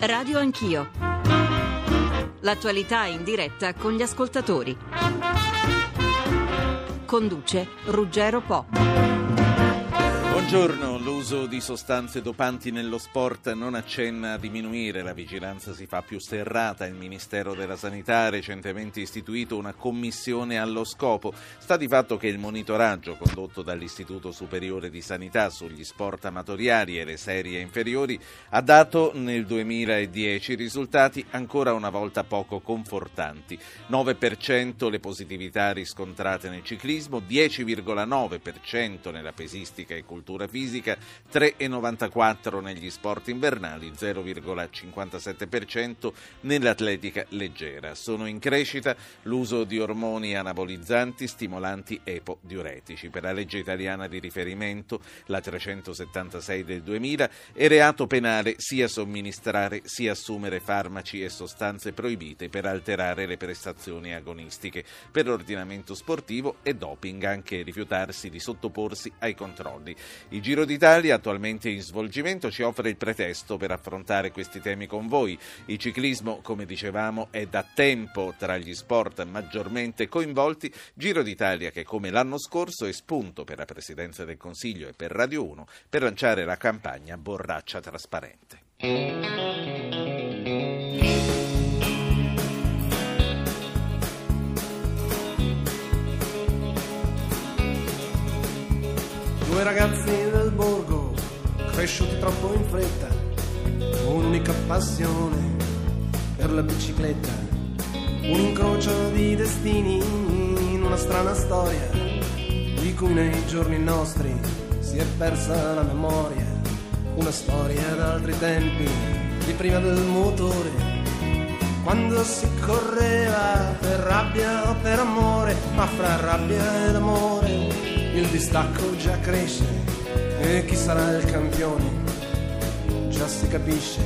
Radio Anch'io. L'attualità in diretta con gli ascoltatori. Conduce Ruggero Po. Buongiorno, l'uso di sostanze dopanti nello sport non accenna a diminuire, la vigilanza si fa più serrata, il Ministero della Sanità ha recentemente istituito una commissione allo scopo. Sta di fatto che il monitoraggio condotto dall'Istituto Superiore di Sanità sugli sport amatoriali e le serie inferiori ha dato nel 2010 risultati ancora una volta poco confortanti. 9% le positività riscontrate nel ciclismo, 10,9% nella pesistica e cultura fisica, 3,94% negli sport invernali, 0,57% nell'atletica leggera. Sono in crescita l'uso di ormoni anabolizzanti, stimolanti epodiuretici. Per la legge italiana di riferimento, la 376 del 2000, è reato penale sia somministrare sia assumere farmaci e sostanze proibite per alterare le prestazioni agonistiche. Per l'ordinamento sportivo è doping anche rifiutarsi di sottoporsi ai controlli. Il Giro d'Italia, attualmente in svolgimento, ci offre il pretesto per affrontare questi temi con voi. Il ciclismo, come dicevamo, è da tempo tra gli sport maggiormente coinvolti. Giro d'Italia che, come l'anno scorso, è spunto per la Presidenza del Consiglio e per Radio 1 per lanciare la campagna Borraccia Trasparente. Due ragazzi del borgo, cresciuti troppo in fretta, un'unica passione per la bicicletta, un incrocio di destini in una strana storia, di cui nei giorni nostri si è persa la memoria, una storia d'altri tempi, di prima del motore, quando si correva per rabbia o per amore, ma fra rabbia ed amore il distacco già cresce e chi sarà il campione già si capisce.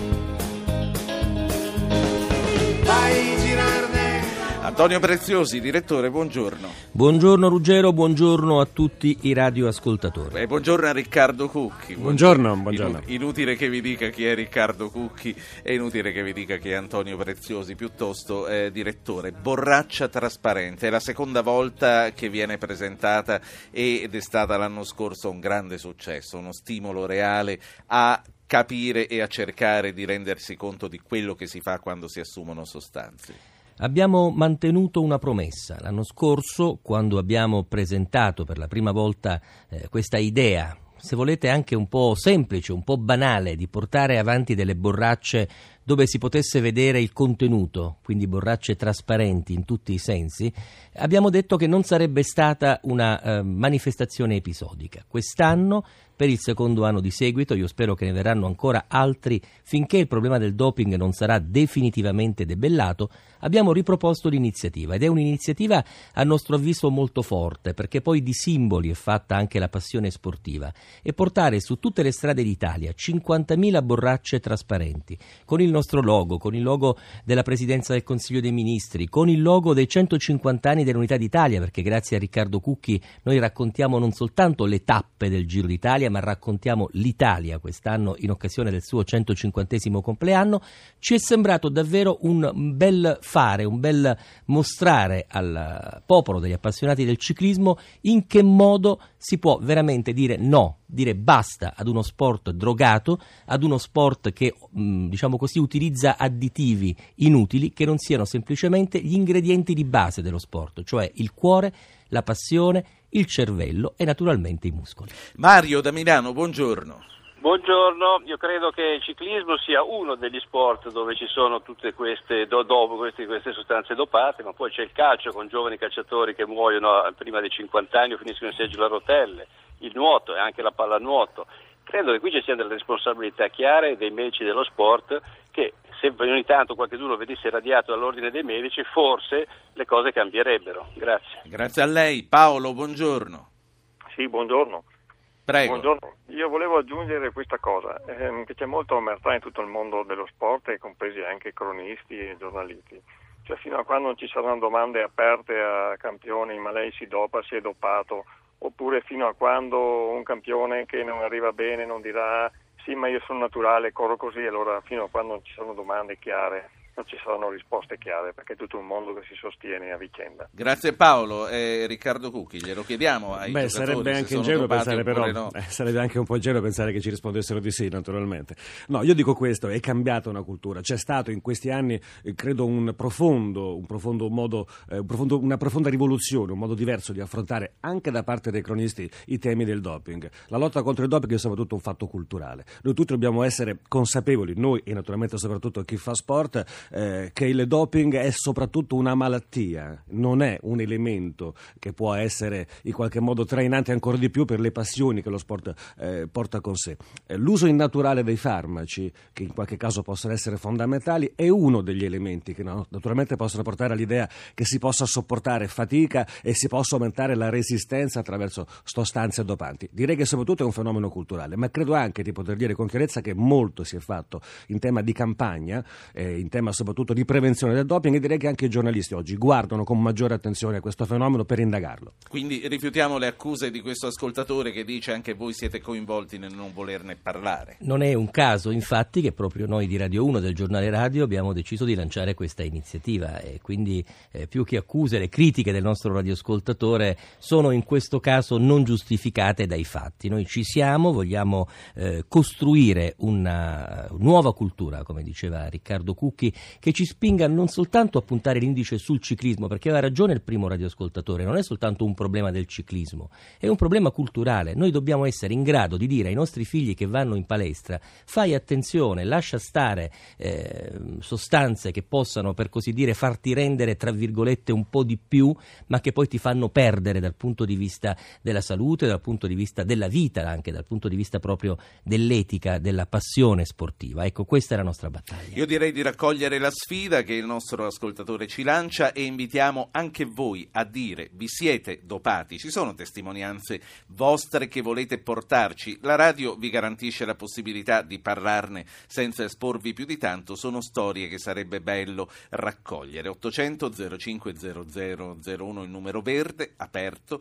Vai Girardet. Antonio Preziosi, direttore, buongiorno. Buongiorno Ruggero, buongiorno a tutti i radioascoltatori. E buongiorno a Riccardo Cucchi. Buongiorno. Inutile che vi dica chi è Riccardo Cucchi, è inutile che vi dica chi è Antonio Preziosi, piuttosto direttore. Borraccia Trasparente, è la seconda volta che viene presentata ed è stata l'anno scorso un grande successo, uno stimolo reale a capire e a cercare di rendersi conto di quello che si fa quando si assumono sostanze. Abbiamo mantenuto una promessa. L'anno scorso, quando abbiamo presentato per la prima volta questa idea, se volete anche un po' semplice, un po' banale, di portare avanti delle borracce dove si potesse vedere il contenuto, quindi borracce trasparenti in tutti i sensi, abbiamo detto che non sarebbe stata una manifestazione episodica. Quest'anno, per il secondo anno di seguito, io spero che ne verranno ancora altri finché il problema del doping non sarà definitivamente debellato, abbiamo riproposto l'iniziativa ed è un'iniziativa a nostro avviso molto forte, perché poi di simboli è fatta anche la passione sportiva, e portare su tutte le strade d'Italia 50.000 borracce trasparenti con il nostro logo, con il logo della Presidenza del Consiglio dei Ministri, con il logo dei 150 anni dell'Unità d'Italia, perché grazie a Riccardo Cucchi noi raccontiamo non soltanto le tappe del Giro d'Italia, ma raccontiamo l'Italia quest'anno in occasione del suo 150° compleanno. Ci è sembrato davvero un bel fare, un bel mostrare al popolo degli appassionati del ciclismo in che modo si può veramente dire no, dire basta ad uno sport drogato, ad uno sport che, diciamo così, utilizza additivi inutili che non siano semplicemente gli ingredienti di base dello sport, cioè il cuore, la passione, il cervello e naturalmente i muscoli. Mario da Milano, buongiorno. Buongiorno, io credo che il ciclismo sia uno degli sport dove ci sono tutte queste sostanze dopate, ma poi c'è il calcio con giovani calciatori che muoiono prima dei 50 anni o finiscono in seggiola a rotelle, il nuoto e anche la pallanuoto. Credo che qui ci siano delle responsabilità chiare dei medici dello sport che, se ogni tanto qualcuno venisse radiato dall'ordine dei medici, forse le cose cambierebbero. Grazie. Grazie a lei. Paolo, buongiorno. Sì, buongiorno. Prego. Buongiorno. Io volevo aggiungere questa cosa, che c'è molta omertà in tutto il mondo dello sport, e compresi anche cronisti e giornalisti. Cioè, fino a quando non ci saranno domande aperte a campioni, ma lei si dopa, si è dopato, oppure fino a quando un campione che non arriva bene non dirà sì, ma io sono naturale, corro così, allora fino a quando non ci sono domande chiare non ci saranno risposte chiare, perché è tutto un mondo che si sostiene a vicenda. Grazie Paolo. Riccardo Cucchi, glielo chiediamo ai giocatori sarebbe anche se sono ingenuo dopati pensare, però, no. sarebbe anche un po' ingenuo pensare che ci rispondessero di sì, naturalmente. No, io dico questo, è cambiata una cultura, c'è stato in questi anni, credo, una profonda rivoluzione, un modo diverso di affrontare anche da parte dei cronisti i temi del doping. La lotta contro il doping è soprattutto un fatto culturale. Noi tutti dobbiamo essere consapevoli, noi e naturalmente soprattutto chi fa sport, che il doping è soprattutto una malattia, non è un elemento che può essere in qualche modo trainante ancora di più per le passioni che lo sport porta con sé. L'uso innaturale dei farmaci, che in qualche caso possono essere fondamentali, è uno degli elementi che naturalmente possono portare all'idea che si possa sopportare fatica e si possa aumentare la resistenza attraverso sostanze dopanti. Direi che soprattutto è un fenomeno culturale, ma credo anche di poter dire con chiarezza che molto si è fatto in tema di campagna, in tema soprattutto di prevenzione del doping, e direi che anche i giornalisti oggi guardano con maggiore attenzione a questo fenomeno per indagarlo. Quindi rifiutiamo le accuse di questo ascoltatore che dice anche voi siete coinvolti nel non volerne parlare. Non è un caso, infatti, che proprio noi di Radio 1 del giornale radio abbiamo deciso di lanciare questa iniziativa, e quindi più che accuse, le critiche del nostro radioascoltatore sono in questo caso non giustificate dai fatti. Noi ci siamo, vogliamo costruire una nuova cultura, come diceva Riccardo Cucchi, che ci spinga non soltanto a puntare l'indice sul ciclismo, perché aveva ragione il primo radioascoltatore, non è soltanto un problema del ciclismo, è un problema culturale. Noi dobbiamo essere in grado di dire ai nostri figli che vanno in palestra: fai attenzione, lascia stare sostanze che possano, per così dire, farti rendere, tra virgolette, un po' di più, ma che poi ti fanno perdere dal punto di vista della salute, dal punto di vista della vita, anche dal punto di vista proprio dell'etica, della passione sportiva. Ecco, questa è la nostra battaglia. Io direi di raccogliere la sfida che il nostro ascoltatore ci lancia, e invitiamo anche voi a dire: vi siete dopati? Ci sono testimonianze vostre che volete portarci? La radio vi garantisce la possibilità di parlarne senza esporvi più di tanto. Sono storie che sarebbe bello raccogliere. 800 0500 01 il numero verde aperto,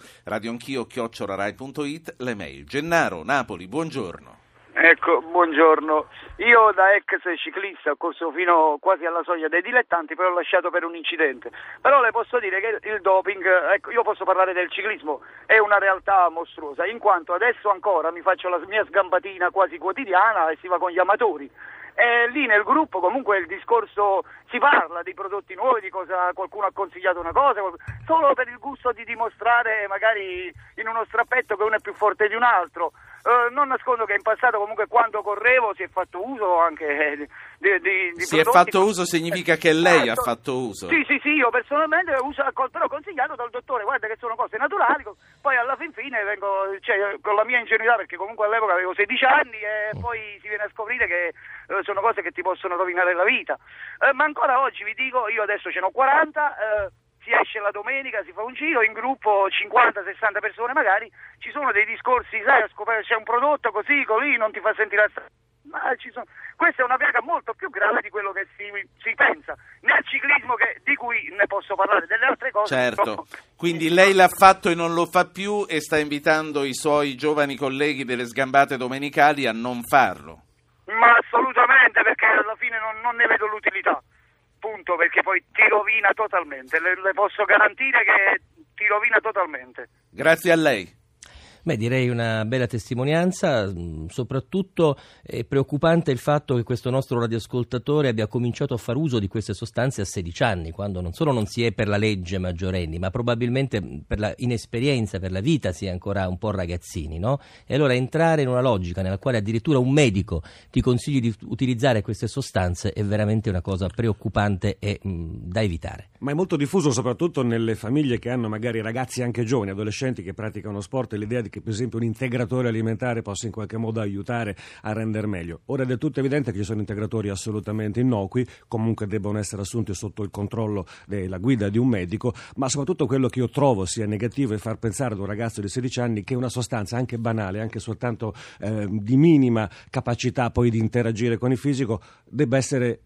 radioanchio@rai.it, le mail. Gennaro, Napoli, buongiorno. Ecco, buongiorno. Io da ex ciclista ho corso fino quasi alla soglia dei dilettanti, poi ho lasciato per un incidente. Però le posso dire che il doping, ecco, io posso parlare del ciclismo, è una realtà mostruosa, in quanto adesso ancora mi faccio la mia sgambatina quasi quotidiana e si va con gli amatori. E lì nel gruppo comunque il discorso, si parla di prodotti nuovi, di cosa qualcuno ha consigliato una cosa, solo per il gusto di dimostrare magari in uno strappetto che uno è più forte di un altro. Non nascondo che in passato comunque quando correvo si è fatto uso anche di si prodotti. è fatto uso significa che lei ha fatto uso? Sì, io personalmente però consigliato dal dottore, guarda che sono cose naturali, poi alla fine vengo, con la mia ingenuità, perché comunque all'epoca avevo 16 anni e poi si viene a scoprire che sono cose che ti possono rovinare la vita. Ma ancora oggi vi dico, io adesso ce n'ho 40, si esce la domenica, si fa un giro in gruppo, 50-60 persone magari, ci sono dei discorsi, sai, c'è un prodotto così, non ti fa sentire ma questa è una piaga molto più grave di quello che si pensa nel ciclismo, di cui ne posso parlare, delle altre cose. Certo, quindi lei l'ha fatto e non lo fa più, e sta invitando i suoi giovani colleghi delle sgambate domenicali a non farlo. Ma assolutamente, perché alla fine non ne vedo l'utilità. Punto, perché poi ti rovina totalmente, le posso garantire che ti rovina totalmente. Grazie a lei. Beh, direi una bella testimonianza. Soprattutto è preoccupante il fatto che questo nostro radioascoltatore abbia cominciato a far uso di queste sostanze a 16 anni, quando non solo non si è per la legge maggiorenni, ma probabilmente per la inesperienza, per la vita si è ancora un po' ragazzini, no? E allora entrare in una logica nella quale addirittura un medico ti consigli di utilizzare queste sostanze è veramente una cosa preoccupante e da evitare. Ma è molto diffuso soprattutto nelle famiglie che hanno magari ragazzi anche giovani, adolescenti che praticano sport, l'idea di che per esempio un integratore alimentare possa in qualche modo aiutare a rendere meglio. Ora è del tutto evidente che ci sono integratori assolutamente innocui, comunque debbono essere assunti sotto il controllo della guida di un medico, ma soprattutto quello che io trovo sia negativo è far pensare ad un ragazzo di 16 anni che una sostanza anche banale, anche soltanto di minima capacità poi di interagire con il fisico, debba essere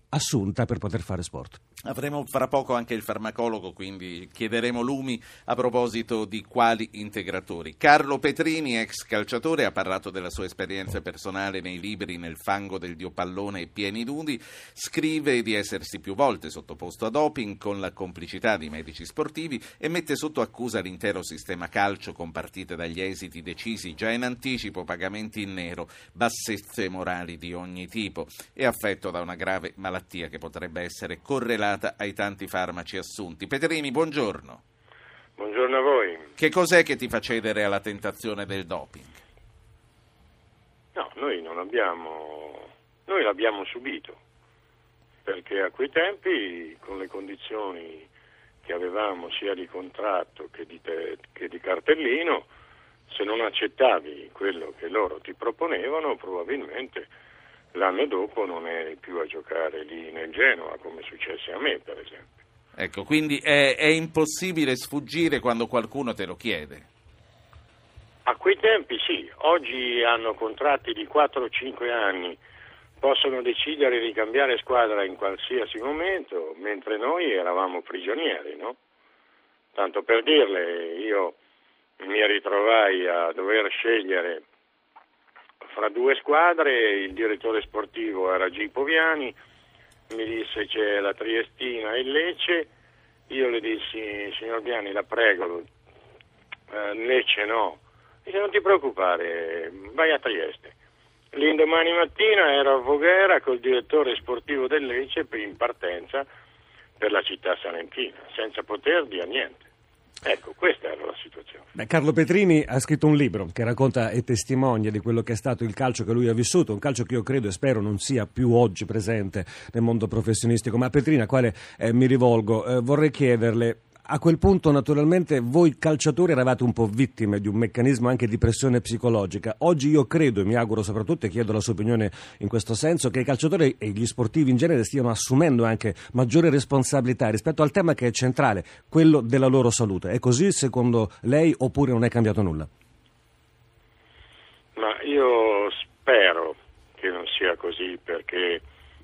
assunta per poter fare sport. Avremo fra poco anche il farmacologo, quindi chiederemo lumi a proposito di quali integratori. Carlo Petrini, ex calciatore, ha parlato della sua esperienza personale nei libri Nel fango del dio pallone e Pieni nudi. Scrive di essersi più volte sottoposto a doping con la complicità di medici sportivi e mette sotto accusa l'intero sistema calcio con partite dagli esiti decisi già in anticipo, pagamenti in nero, bassezze morali di ogni tipo. È affetto da una grave malattia che potrebbe essere correlata ai tanti farmaci assunti. Petrini, buongiorno. Buongiorno a voi. Che cos'è che ti fa cedere alla tentazione del doping? No, noi l'abbiamo subito, perché a quei tempi, con le condizioni che avevamo sia di contratto che di cartellino, se non accettavi quello che loro ti proponevano, probabilmente l'anno dopo non eri più a giocare lì nel Genoa, come successe a me, per esempio. Ecco, quindi è impossibile sfuggire quando qualcuno te lo chiede. A quei tempi sì, oggi hanno contratti di 4 o 5 anni, possono decidere di cambiare squadra in qualsiasi momento, mentre noi eravamo prigionieri, no? Tanto per dirle, io mi ritrovai a dover scegliere fra 2 squadre, il direttore sportivo era Gipo Viani, mi disse c'è la Triestina e il Lecce, io le dissi signor Viani la prego, Lecce no, dice non ti preoccupare, vai a Trieste. L'indomani mattina ero a Voghera col direttore sportivo del Lecce in partenza per la città salentina, senza poter dire niente. Ecco, questa era la situazione. Carlo Petrini ha scritto un libro che racconta e testimonia di quello che è stato il calcio che lui ha vissuto, un calcio che io credo e spero non sia più oggi presente nel mondo professionistico. Ma Petrini, a quale mi rivolgo, vorrei chiederle, a quel punto naturalmente voi calciatori eravate un po' vittime di un meccanismo anche di pressione psicologica. Oggi io credo e mi auguro soprattutto, e chiedo la sua opinione in questo senso, che i calciatori e gli sportivi in genere stiano assumendo anche maggiore responsabilità rispetto al tema che è centrale, quello della loro salute. È così secondo lei oppure non è cambiato nulla? Ma io spero che non sia così, perché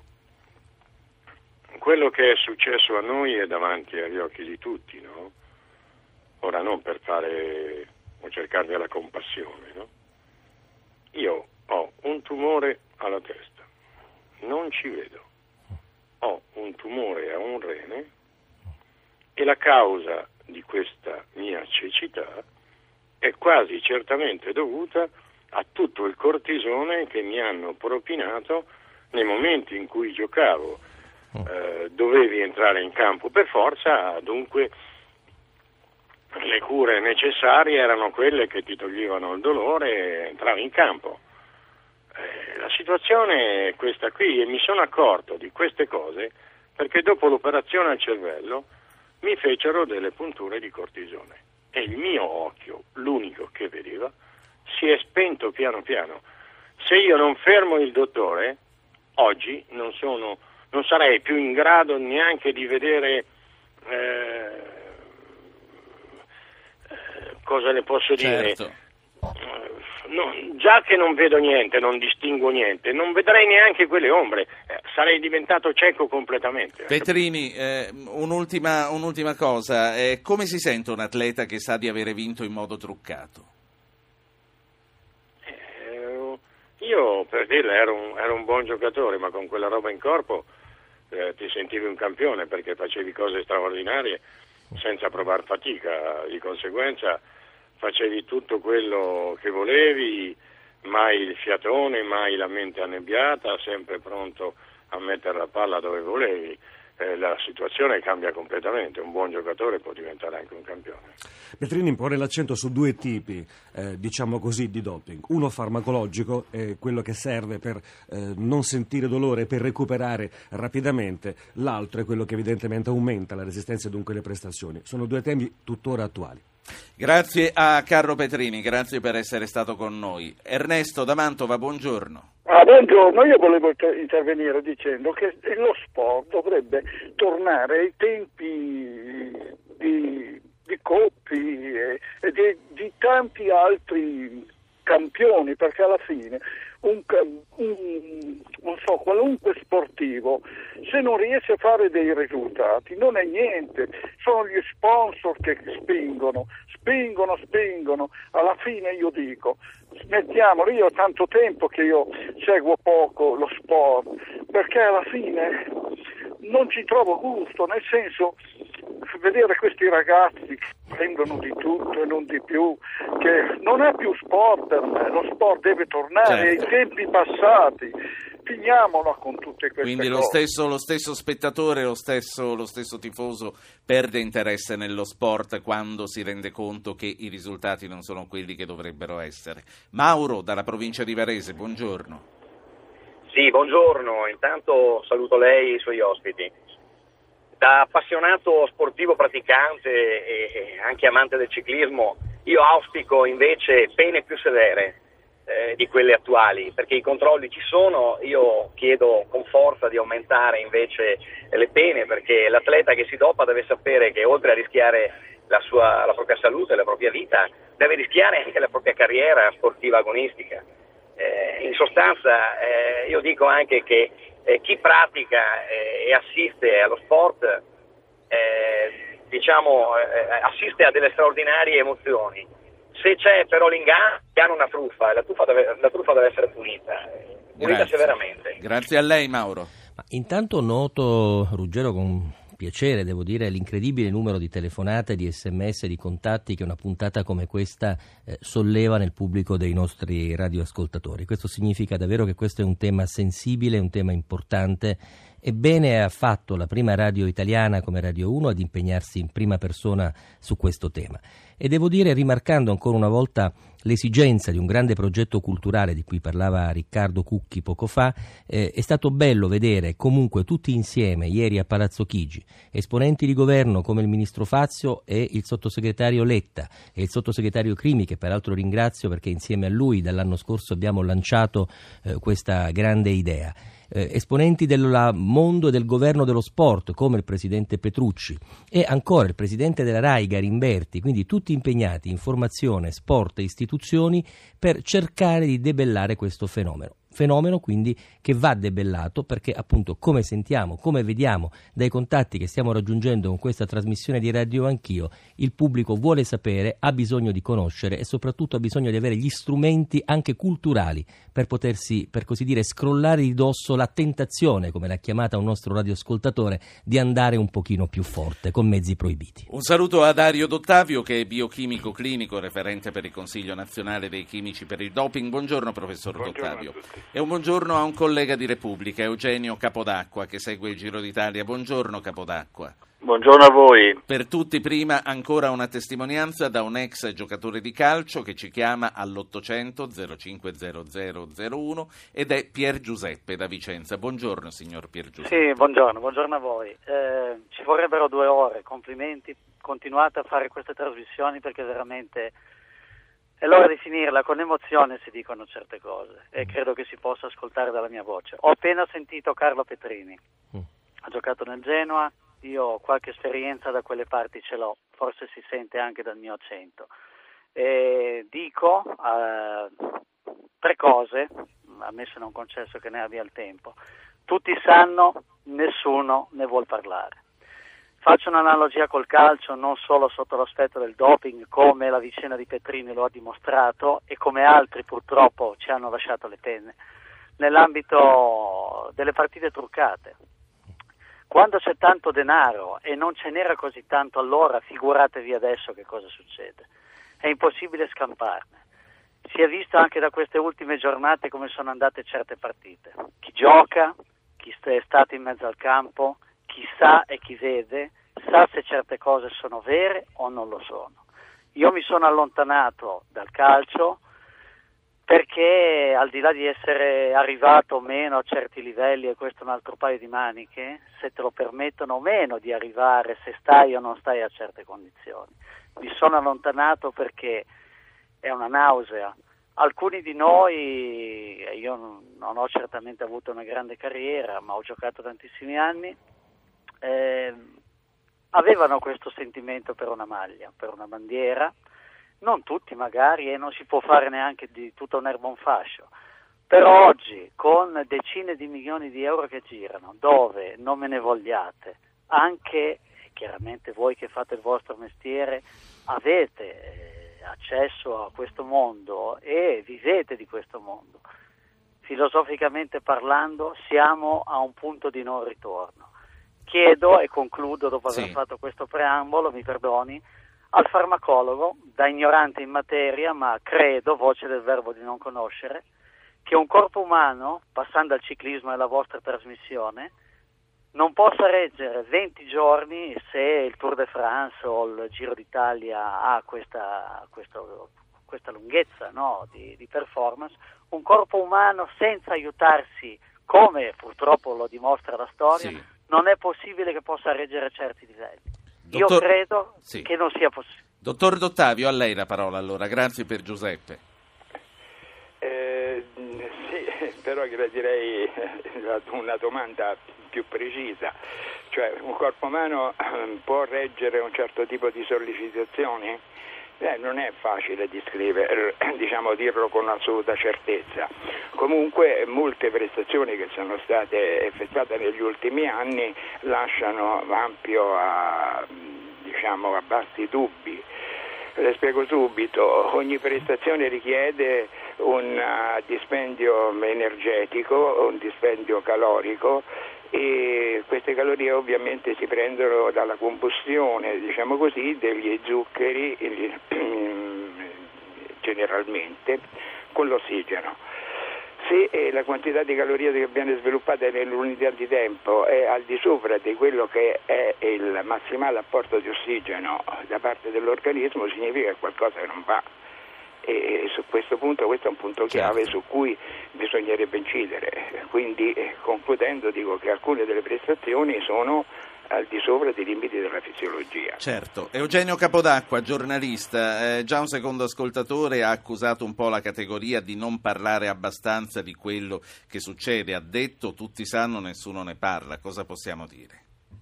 quello che è successo a noi è davanti agli occhi di tutti, no? Ora non per fare o cercare della compassione, no? Io ho un tumore alla testa, non ci vedo, ho un tumore a un rene e la causa di questa mia cecità è quasi certamente dovuta a tutto il cortisone che mi hanno propinato nei momenti in cui giocavo. Dovevi entrare in campo per forza, dunque le cure necessarie erano quelle che ti toglievano il dolore e entravi in campo. La situazione è questa qui e mi sono accorto di queste cose perché dopo l'operazione al cervello mi fecero delle punture di cortisone e il mio occhio, l'unico che vedeva, si è spento piano piano. Se io non fermo il dottore, oggi non sarei più in grado neanche di vedere cosa le posso dire. Certo. Già che non vedo niente, non distingo niente, non vedrei neanche quelle ombre, sarei diventato cieco completamente. Petrini, un'ultima cosa, come si sente un atleta che sa di avere vinto in modo truccato? Io, per dirle, ero un buon giocatore, ma con quella roba in corpo ti sentivi un campione perché facevi cose straordinarie senza provar fatica, di conseguenza facevi tutto quello che volevi, mai il fiatone, mai la mente annebbiata, sempre pronto a mettere la palla dove volevi. La situazione cambia completamente, un buon giocatore può diventare anche un campione. Petrini pone l'accento su 2 tipi, diciamo così, di doping. Uno farmacologico, quello che serve per non sentire dolore, per recuperare rapidamente. L'altro è quello che evidentemente aumenta la resistenza e dunque le prestazioni. Sono 2 temi tuttora attuali. Grazie a Carlo Petrini, grazie per essere stato con noi. Ernesto da Mantova, buongiorno. Buongiorno, io volevo intervenire dicendo che lo sport dovrebbe tornare ai tempi di Coppi e di tanti altri campioni, perché alla fine non so, qualunque sportivo, se non riesce a fare dei risultati non è niente, sono gli sponsor che spingono, alla fine io dico smettiamolo. Io ho tanto tempo che io seguo poco lo sport, perché alla fine non ci trovo gusto, nel senso, vedere questi ragazzi che prendono di tutto e non di più, che non è più sport per me, lo sport deve tornare ai tempi passati. Finiamola con tutte queste Quindi cose. lo stesso spettatore, lo stesso tifoso perde interesse nello sport quando si rende conto che i risultati non sono quelli che dovrebbero essere. Mauro, dalla provincia di Varese, buongiorno. Sì, buongiorno. Intanto saluto lei e i suoi ospiti. Da appassionato sportivo praticante e anche amante del ciclismo, io auspico invece pene più severe di quelle attuali, perché i controlli ci sono. Io chiedo con forza di aumentare invece le pene, perché l'atleta che si dopa deve sapere che oltre a rischiare la propria salute, la propria vita, deve rischiare anche la propria carriera sportiva agonistica. In sostanza io dico anche che chi pratica e assiste allo sport assiste a delle straordinarie emozioni. Se c'è però l'inganno, è una truffa, e la truffa deve essere punita severamente. Grazie a lei, Mauro. Ma intanto noto, Ruggero, con piacere, devo dire, l'incredibile numero di telefonate, di SMS, di contatti che una puntata come questa solleva nel pubblico dei nostri radioascoltatori. Questo significa davvero che questo è un tema sensibile, un tema importante, e bene ha fatto la prima radio italiana come Radio 1 ad impegnarsi in prima persona su questo tema. E devo dire, rimarcando ancora una volta l'esigenza di un grande progetto culturale di cui parlava Riccardo Cucchi poco fa, è stato bello vedere comunque tutti insieme ieri a Palazzo Chigi esponenti di governo come il ministro Fazio e il sottosegretario Letta e il sottosegretario Crimi, che peraltro ringrazio perché insieme a lui dall'anno scorso abbiamo lanciato questa grande idea. Esponenti del mondo e del governo dello sport come il presidente Petrucci e ancora il presidente della RAI Garimberti, quindi tutti impegnati in formazione, sport e istituzioni per cercare di debellare questo fenomeno quindi che va debellato, perché appunto, come sentiamo, come vediamo dai contatti che stiamo raggiungendo con questa trasmissione di Radio Anch'io, il pubblico vuole sapere, ha bisogno di conoscere e soprattutto ha bisogno di avere gli strumenti anche culturali per potersi, per così dire, scrollare di dosso la tentazione, come l'ha chiamata un nostro radioascoltatore, di andare un pochino più forte con mezzi proibiti. Un saluto a Dario D'Ottavio, che è biochimico clinico, referente per il Consiglio Nazionale dei Chimici per il Doping. Buongiorno professor D'Ottavio. E un buongiorno a un collega di Repubblica, Eugenio Capodacqua, che segue il Giro d'Italia. Buongiorno Capodacqua. Buongiorno a voi. Per tutti prima ancora una testimonianza da un ex giocatore di calcio che ci chiama all'800 050001 ed è Pier Giuseppe da Vicenza. Buongiorno signor Pier Giuseppe. Sì, buongiorno a voi. Ci vorrebbero 2 ore, complimenti, continuate a fare queste trasmissioni perché veramente è l'ora di finirla. Con emozione si dicono certe cose e credo che si possa ascoltare dalla mia voce. Ho appena sentito Carlo Petrini, ha giocato nel Genoa. Io qualche esperienza da quelle parti ce l'ho, forse si sente anche dal mio accento. Dico 3 cose, ammesso non concesso che ne abbia il tempo. Tutti sanno, nessuno ne vuol parlare. Faccio un'analogia col calcio, non solo sotto l'aspetto del doping, come la vicenda di Petrini lo ha dimostrato e come altri purtroppo ci hanno lasciato le penne, nell'ambito delle partite truccate. Quando c'è tanto denaro e non ce n'era così tanto allora, figuratevi adesso che cosa succede. È impossibile scamparne. Si è visto anche da queste ultime giornate come sono andate certe partite. Chi gioca, chi è stato in mezzo al campo, chi sa e chi vede, sa se certe cose sono vere o non lo sono. Io mi sono allontanato dal calcio perché al di là di essere arrivato o meno a certi livelli, e questo è un altro paio di maniche, se te lo permettono o meno di arrivare, se stai o non stai a certe condizioni. Mi sono allontanato perché è una nausea. Alcuni di noi, io non ho certamente avuto una grande carriera, ma ho giocato tantissimi anni, avevano questo sentimento per una maglia, per una bandiera. Non tutti magari, e non si può fare neanche di tutta un'erba un fascio, Però oggi, con decine di milioni di euro che girano, dove non me ne vogliate, anche chiaramente voi che fate il vostro mestiere avete accesso a questo mondo e vivete di questo mondo. Filosoficamente parlando, siamo a un punto di non ritorno. Chiedo, e concludo dopo aver fatto questo preambolo, mi perdoni, al farmacologo, da ignorante in materia, ma credo, voce del verbo di non conoscere, che un corpo umano, passando al ciclismo e alla vostra trasmissione, non possa reggere 20 giorni se il Tour de France o il Giro d'Italia ha questa lunghezza, no, di performance, un corpo umano senza aiutarsi, come purtroppo lo dimostra la storia, non è possibile che possa reggere certi livelli. Io credo che non sia possibile. Dottor D'Ottavio, a lei la parola allora. Grazie per Giuseppe. Però gradirei una domanda più precisa, cioè un corpo umano può reggere un certo tipo di sollecitazioni? Non è facile dirlo con assoluta certezza. Comunque molte prestazioni che sono state effettuate negli ultimi anni lasciano ampio a vasti dubbi. Le spiego subito: ogni prestazione richiede un dispendio energetico, un dispendio calorico, e queste calorie ovviamente si prendono dalla combustione, degli zuccheri generalmente con l'ossigeno. Se la quantità di calorie che viene sviluppata nell'unità di tempo è al di sopra di quello che è il massimale apporto di ossigeno da parte dell'organismo, significa che qualcosa non va. E su questo punto, questo è un punto chiave su cui bisognerebbe incidere. Quindi, concludendo, dico che alcune delle prestazioni sono al di sopra dei limiti della fisiologia. Certo. Eugenio Capodacqua, giornalista, già un secondo ascoltatore ha accusato un po' la categoria di non parlare abbastanza di quello che succede. Ha detto: tutti sanno, nessuno ne parla. Cosa possiamo dire?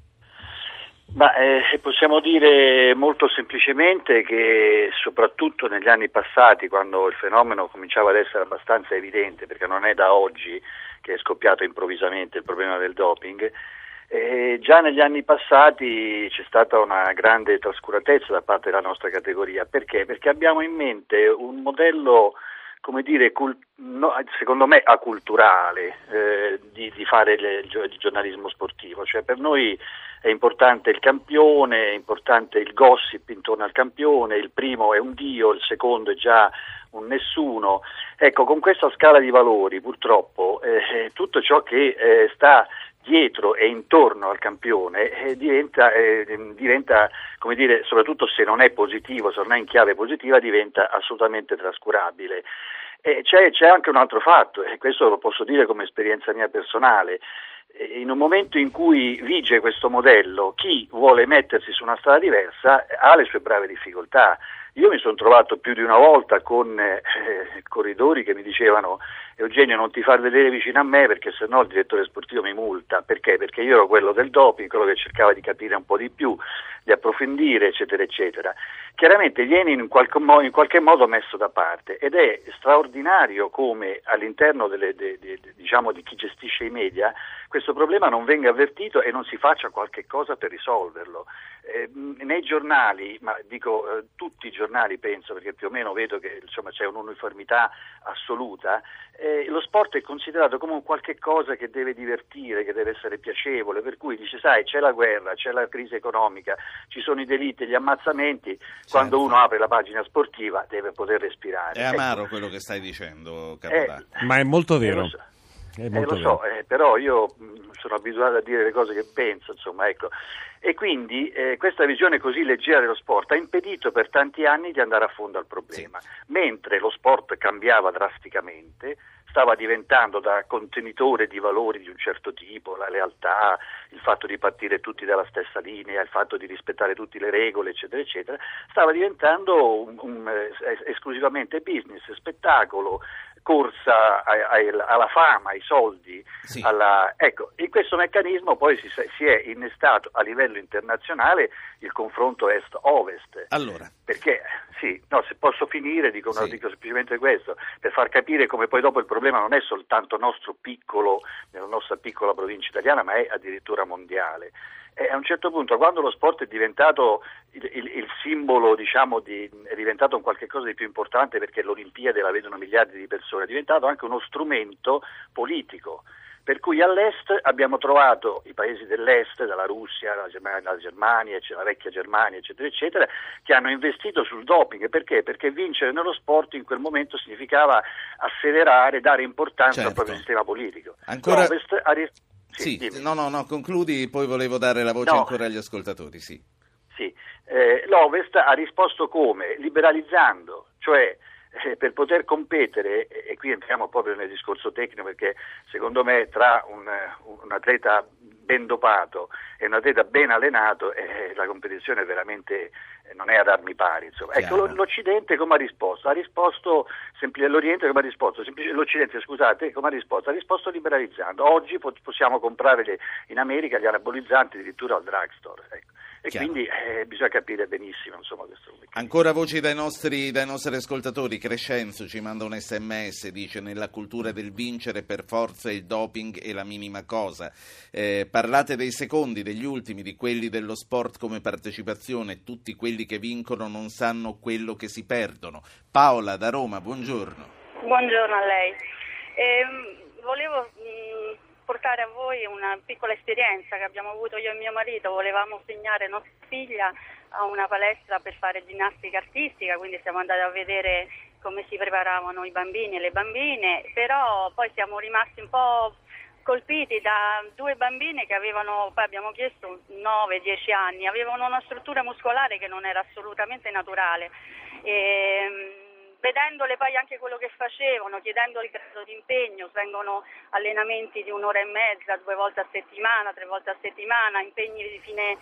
Possiamo dire molto semplicemente che soprattutto negli anni passati, quando il fenomeno cominciava ad essere abbastanza evidente, perché non è da oggi che è scoppiato improvvisamente il problema del doping, già negli anni passati c'è stata una grande trascuratezza da parte della nostra categoria. Perché? Perché abbiamo in mente un modello, secondo me aculturale, di fare il giornalismo sportivo. Cioè, per noi è importante il campione, è importante il gossip intorno al campione, il primo è un dio, il secondo è già un nessuno. Ecco, con questa scala di valori purtroppo tutto ciò che sta dietro e intorno al campione diventa, come dire, soprattutto se non è positivo, se non è in chiave positiva, diventa assolutamente trascurabile. C'è anche un altro fatto, e questo lo posso dire come esperienza mia personale. In un momento in cui vige questo modello, chi vuole mettersi su una strada diversa ha le sue brave difficoltà. Io mi sono trovato più di una volta con corridori che mi dicevano: Eugenio, non ti far vedere vicino a me perché sennò il direttore sportivo mi multa. Perché? Perché io ero quello del doping, quello che cercava di capire un po' di più, di approfondire, eccetera, eccetera. Chiaramente viene in qualche modo messo da parte, ed è straordinario come all'interno di chi gestisce i media questo problema non venga avvertito e non si faccia qualche cosa per risolverlo. Nei giornali, ma dico tutti i giornali penso, perché più o meno vedo che c'è un'uniformità assoluta, lo sport è considerato come un qualche cosa che deve divertire, che deve essere piacevole, per cui dice: sai, c'è la guerra, c'è la crisi economica, ci sono i delitti, gli ammazzamenti, quando uno apre la pagina sportiva deve poter respirare. È amaro quello che stai dicendo, Capodacqua. Ma è molto vero. Lo so, però io sono abituato a dire le cose che penso, ecco. E quindi questa visione così leggera dello sport ha impedito per tanti anni di andare a fondo al problema, mentre lo sport cambiava drasticamente, stava diventando da contenitore di valori di un certo tipo, la lealtà, il fatto di partire tutti dalla stessa linea, il fatto di rispettare tutte le regole, eccetera, eccetera, stava diventando esclusivamente business, spettacolo, corsa alla fama, ai soldi, sì. Ecco, in questo meccanismo poi si è innestato a livello internazionale il confronto est-ovest. Allora. Perché, se posso finire, dico semplicemente questo, per far capire come poi dopo il problema non è soltanto nostro piccolo, nella nostra piccola provincia italiana, ma è addirittura mondiale. E a un certo punto, quando lo sport è diventato il simbolo, è diventato un qualche cosa di più importante, perché l'Olimpiade la vedono miliardi di persone, è diventato anche uno strumento politico. Per cui all'est abbiamo trovato i paesi dell'est, dalla Russia, la Germania, la vecchia Germania, eccetera, eccetera, che hanno investito sul doping. Perché? Perché vincere nello sport in quel momento significava asseverare, dare importanza al proprio sistema politico. Ancora... Sì, no, concludi, poi volevo dare la voce ancora agli ascoltatori. Sì. L'Ovest ha risposto come? Liberalizzando, cioè per poter competere, e qui entriamo proprio nel discorso tecnico, perché secondo me tra un atleta ben dopato e un atleta ben allenato la competizione veramente non è ad armi pari, insomma. Ecco, l'Occidente come ha risposto? L'Oriente come ha risposto? L'Occidente, come ha risposto? Ha risposto liberalizzando. Oggi possiamo comprare in America gli anabolizzanti addirittura al drugstore, ecco. E quindi bisogna capire benissimo, insomma, questo. Ancora voci dai nostri ascoltatori. Crescenzo ci manda un SMS, dice: nella cultura del vincere per forza il doping è la minima cosa. Parlate dei secondi, degli ultimi, di quelli dello sport come partecipazione. Tutti quelli che vincono non sanno quello che si perdono. Paola da Roma, buongiorno. Buongiorno a lei. Volevo portare a voi una piccola esperienza che abbiamo avuto io e mio marito. Volevamo segnare nostra figlia a una palestra per fare ginnastica artistica, quindi siamo andati a vedere come si preparavano i bambini e le bambine, però poi siamo rimasti un po' colpiti da due bambine che poi abbiamo chiesto 9-10 anni, avevano una struttura muscolare che non era assolutamente naturale. Vedendole poi anche quello che facevano, chiedendo il grado di impegno, vengono allenamenti di 1 ora e mezza, 2 volte a settimana, 3 volte a settimana, impegni di fine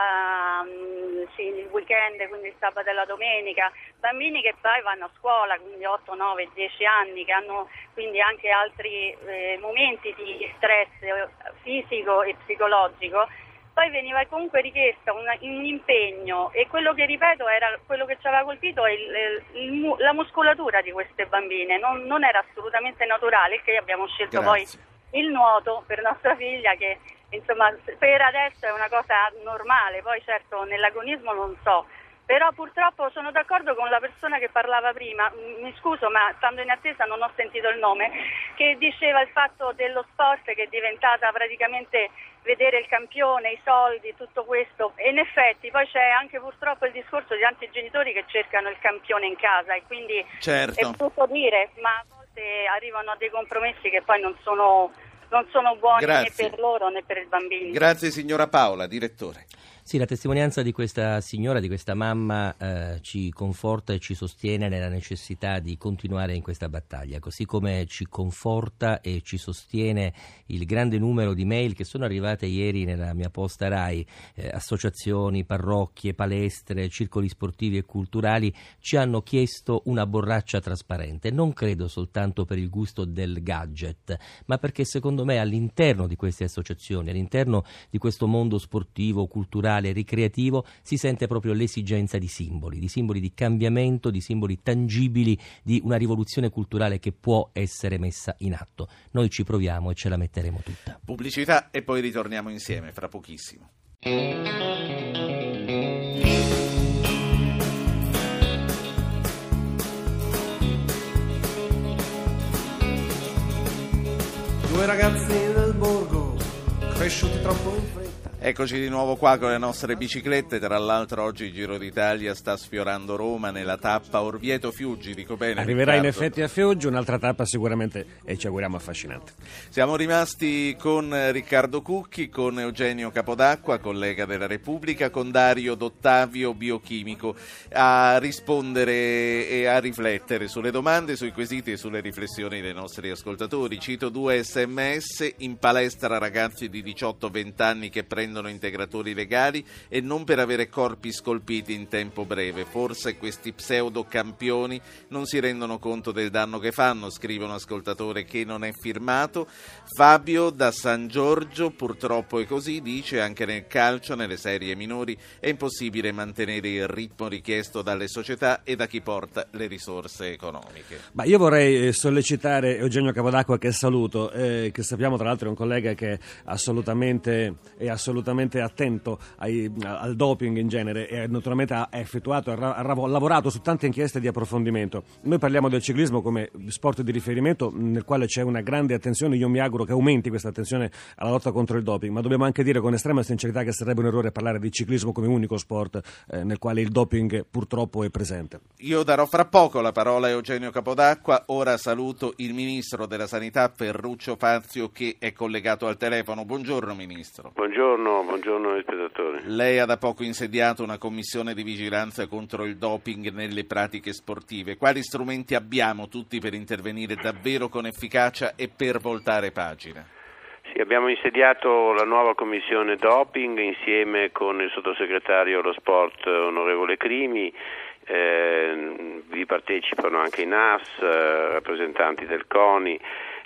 il weekend, quindi il sabato e la domenica, bambini che poi vanno a scuola, quindi 8, 9, 10 anni, che hanno quindi anche altri momenti di stress fisico e psicologico. Poi veniva comunque richiesto un impegno, e quello che ripeto era quello che ci aveva colpito è la muscolatura di queste bambine, non era assolutamente naturale, che abbiamo scelto poi il nuoto per nostra figlia, che insomma per adesso è una cosa normale, poi certo nell'agonismo non so. Però purtroppo sono d'accordo con la persona che parlava prima, mi scuso ma stando in attesa non ho sentito il nome, che diceva il fatto dello sport che è diventata praticamente vedere il campione, i soldi, tutto questo, e in effetti poi c'è anche purtroppo il discorso di tanti genitori che cercano il campione in casa, e quindi è brutto dire, ma a volte arrivano a dei compromessi che poi non sono buoni né per loro né per i bambini. Grazie signora Paola, direttore. Sì, la testimonianza di questa signora, di questa mamma, ci conforta e ci sostiene nella necessità di continuare in questa battaglia, così come ci conforta e ci sostiene il grande numero di mail che sono arrivate ieri nella mia posta RAI. Associazioni, parrocchie, palestre, circoli sportivi e culturali ci hanno chiesto una borraccia trasparente, non credo soltanto per il gusto del gadget, ma perché secondo me all'interno di queste associazioni, all'interno di questo mondo sportivo, culturale, ricreativo, si sente proprio l'esigenza di simboli di cambiamento, di simboli tangibili di una rivoluzione culturale che può essere messa in atto. Noi ci proviamo e ce la metteremo tutta. Pubblicità e poi ritorniamo insieme fra pochissimo. Due ragazzi del borgo, cresciuti troppo in fretta. Eccoci di nuovo qua con le nostre biciclette. Tra l'altro oggi il Giro d'Italia sta sfiorando Roma nella tappa Orvieto-Fiuggi, dico bene? Arriverà Riccardo? in effetti a Fiuggi, un'altra tappa sicuramente, e ci auguriamo affascinante. Siamo rimasti con Riccardo Cucchi, con Eugenio Capodacqua, collega della Repubblica, con Dario Dottavio, biochimico, a rispondere e a riflettere sulle domande, sui quesiti e sulle riflessioni dei nostri ascoltatori. Cito 2 SMS: in palestra ragazzi di 18-20 anni che prendono prendono integratori legali e non per avere corpi scolpiti in tempo breve. Forse questi pseudocampioni non si rendono conto del danno che fanno, scrive un ascoltatore che non è firmato. Fabio da San Giorgio: purtroppo è così, dice, anche nel calcio, nelle serie minori è impossibile mantenere il ritmo richiesto dalle società e da chi porta le risorse economiche. Ma io vorrei sollecitare Eugenio Capodacqua, che saluto, che sappiamo tra l'altro è un collega che è assolutamente attento al doping in genere e naturalmente ha lavorato su tante inchieste di approfondimento. Noi parliamo del ciclismo come sport di riferimento nel quale c'è una grande attenzione. Io mi auguro che aumenti questa attenzione alla lotta contro il doping, ma dobbiamo anche dire con estrema sincerità che sarebbe un errore parlare di ciclismo come unico sport nel quale il doping purtroppo è presente. Io darò fra poco la parola a Eugenio Capodacqua. Ora saluto il Ministro della Sanità Ferruccio Fazio, che è collegato al telefono. Buongiorno Ministro. Buongiorno spettatori. Lei ha da poco insediato una commissione di vigilanza contro il doping nelle pratiche sportive. Quali strumenti abbiamo tutti per intervenire davvero con efficacia e per voltare pagina? Sì, abbiamo insediato la nuova commissione doping insieme con il sottosegretario allo sport onorevole Crimi. Vi partecipano anche i NAS, rappresentanti del CONI.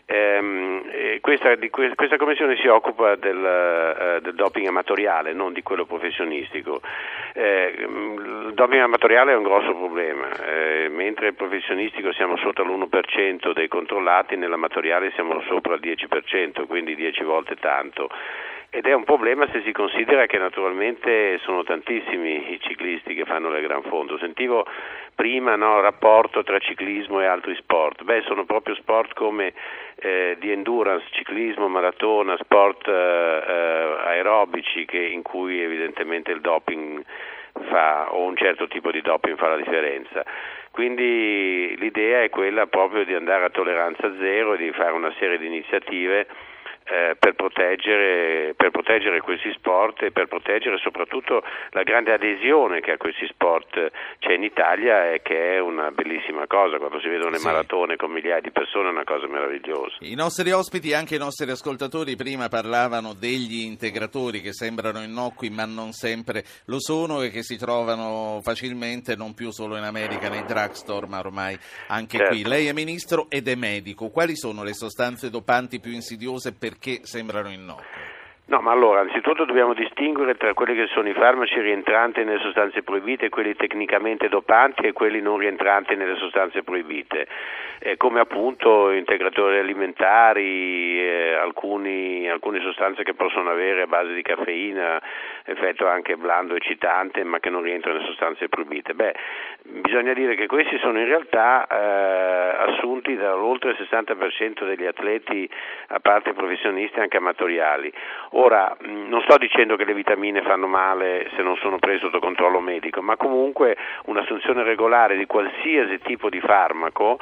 Questa commissione si occupa del doping amatoriale, non di quello professionistico. Il doping amatoriale è un grosso problema, mentre il professionistico siamo sotto l'1% dei controllati, nell'amatoriale siamo sopra il 10%, quindi 10 volte tanto. Ed è un problema se si considera che naturalmente sono tantissimi i ciclisti che fanno le gran fondo. Sentivo prima il rapporto tra ciclismo e altri sport. Sono proprio sport come di endurance, ciclismo, maratona, sport aerobici in cui evidentemente il doping o un certo tipo di doping fa la differenza. Quindi l'idea è quella proprio di andare a tolleranza zero e di fare una serie di iniziative per proteggere questi sport e per proteggere soprattutto la grande adesione che a questi sport c'è in Italia, e che è una bellissima cosa. Quando si vedono le maratone con migliaia di persone è una cosa meravigliosa. I nostri ospiti, anche i nostri ascoltatori, prima parlavano degli integratori che sembrano innocui ma non sempre lo sono e che si trovano facilmente non più solo in America nei drugstore ma ormai anche qui. Lei è ministro ed è medico. Quali sono le sostanze dopanti più insidiose, perché sembrano innocue? No, ma allora, anzitutto dobbiamo distinguere tra quelli che sono i farmaci rientranti nelle sostanze proibite, quelli tecnicamente dopanti e quelli non rientranti nelle sostanze proibite, come appunto integratori alimentari, alcune sostanze che possono avere a base di caffeina, effetto anche blando eccitante, ma che non rientrano nelle sostanze proibite. Bisogna dire che questi sono in realtà assunti dall'oltre il 60% degli atleti, a parte professionisti, anche amatoriali. Ora, non sto dicendo che le vitamine fanno male se non sono prese sotto controllo medico, ma comunque un'assunzione regolare di qualsiasi tipo di farmaco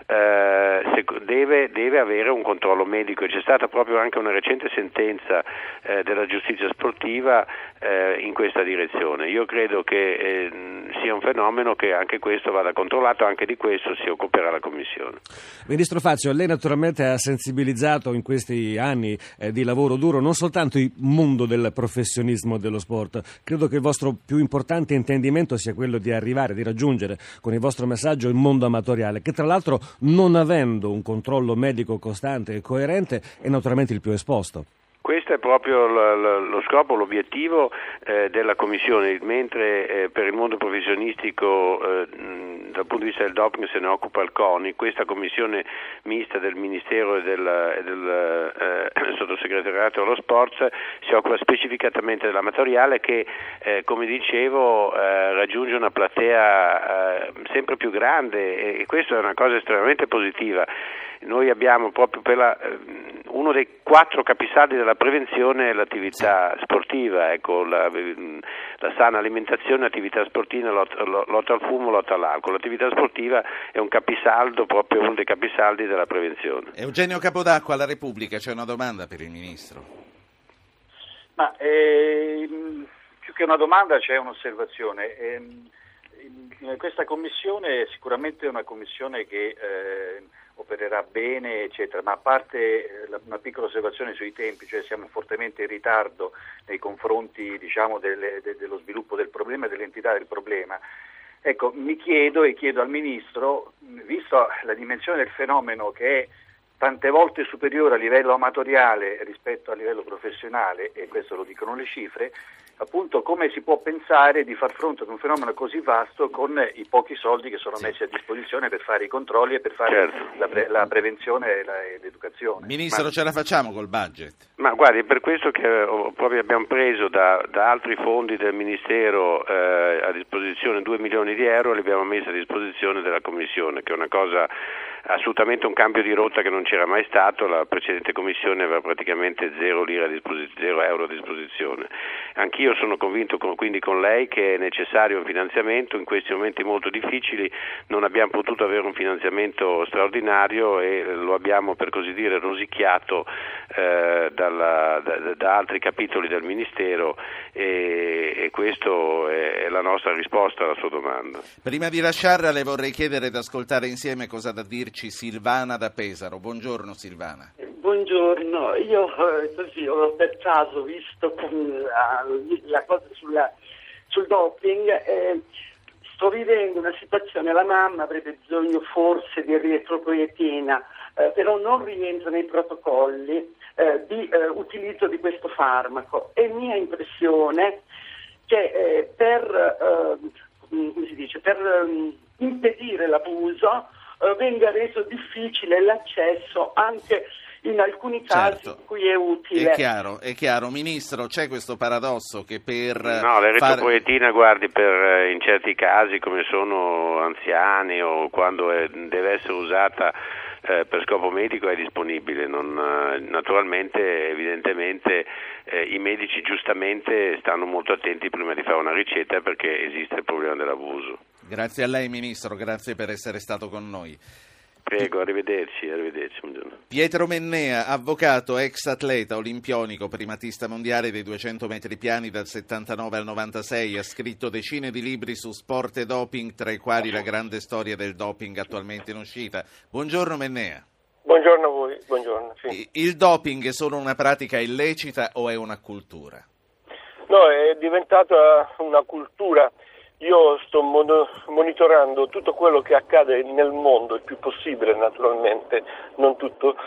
deve avere un controllo medico, e c'è stata proprio anche una recente sentenza della giustizia sportiva in questa direzione. Io credo che sia un fenomeno che anche questo vada controllato, anche di questo si occuperà la Commissione. Ministro Fazio, lei naturalmente ha sensibilizzato in questi anni di lavoro duro non soltanto il mondo del professionismo dello sport. Credo che il vostro più importante intendimento sia quello di raggiungere con il vostro messaggio il mondo amatoriale, che tra l'altro, non avendo un controllo medico costante e coerente, è naturalmente il più esposto. Questo è proprio lo scopo, l'obiettivo della Commissione, mentre per il mondo professionistico dal punto di vista del doping se ne occupa il CONI. Questa commissione mista del Ministero e del Sottosegretariato allo Sport si occupa specificatamente dell'amatoriale, che come dicevo raggiunge una platea sempre più grande, e questo è una cosa estremamente positiva. Noi abbiamo proprio uno dei 4 capisaldi della prevenzione è l'attività sportiva, la sana alimentazione, attività sportiva, lotta al fumo, lotta all'alcol. L'attività sportiva è un capisaldo, proprio uno dei capisaldi della prevenzione. Eugenio Capodacqua, alla Repubblica, c'è una domanda per il Ministro. Più che una domanda c'è un'osservazione. Questa commissione è sicuramente una commissione che opererà bene, eccetera, ma a parte una piccola osservazione sui tempi, cioè siamo fortemente in ritardo nei confronti, diciamo, dello sviluppo del problema e dell'entità del problema. Ecco, mi chiedo e chiedo al Ministro, visto la dimensione del fenomeno che è tante volte superiore a livello amatoriale rispetto a livello professionale, e questo lo dicono le cifre, appunto come si può pensare di far fronte ad un fenomeno così vasto con i pochi soldi che sono messi a disposizione per fare i controlli e per fare la prevenzione e l'educazione. Ministro, ce la facciamo col budget? Ma guardi, è per questo che proprio abbiamo preso da altri fondi del Ministero a disposizione 2 milioni di euro e li abbiamo messi a disposizione della Commissione, che è una cosa assolutamente un cambio di rotta che non c'era mai stato. La precedente Commissione aveva praticamente 0 euro a disposizione. Anch'io sono convinto quindi con lei che è necessario un finanziamento. In questi momenti molto difficili non abbiamo potuto avere un finanziamento straordinario e lo abbiamo, per così dire, rosicchiato da altri capitoli del Ministero, e questo è la nostra risposta alla sua domanda. Prima di lasciarla le vorrei chiedere di ascoltare insieme cosa ha da dirci Silvana da Pesaro. Buongiorno Silvana. Buongiorno, io così ho per caso visto la cosa sul doping, sto vivendo una situazione, la mamma avrebbe bisogno forse di eritropoietina, però non rientra nei protocolli di utilizzo di questo farmaco, e mia impressione che per impedire l'abuso venga reso difficile l'accesso anche in alcuni casi in cui è utile. È chiaro. Ministro, c'è questo paradosso che per... No, l'eritropoietina, guardi, in certi casi, come sono anziani o quando deve essere usata per scopo medico, è disponibile. Naturalmente, evidentemente, i medici giustamente stanno molto attenti prima di fare una ricetta, perché esiste il problema dell'abuso. Grazie a lei, Ministro, grazie per essere stato con noi. Prego, arrivederci, buongiorno. Pietro Mennea, avvocato, ex atleta olimpionico, primatista mondiale dei 200 metri piani dal 79 al 96, ha scritto decine di libri su sport e doping, tra i quali La grande storia del doping attualmente in uscita. Buongiorno Mennea. Buongiorno a voi, buongiorno. Sì. Il doping è solo una pratica illecita o è una cultura? No, è diventata una cultura. Io sto monitorando tutto quello che accade nel mondo, il più possibile naturalmente, non tutto,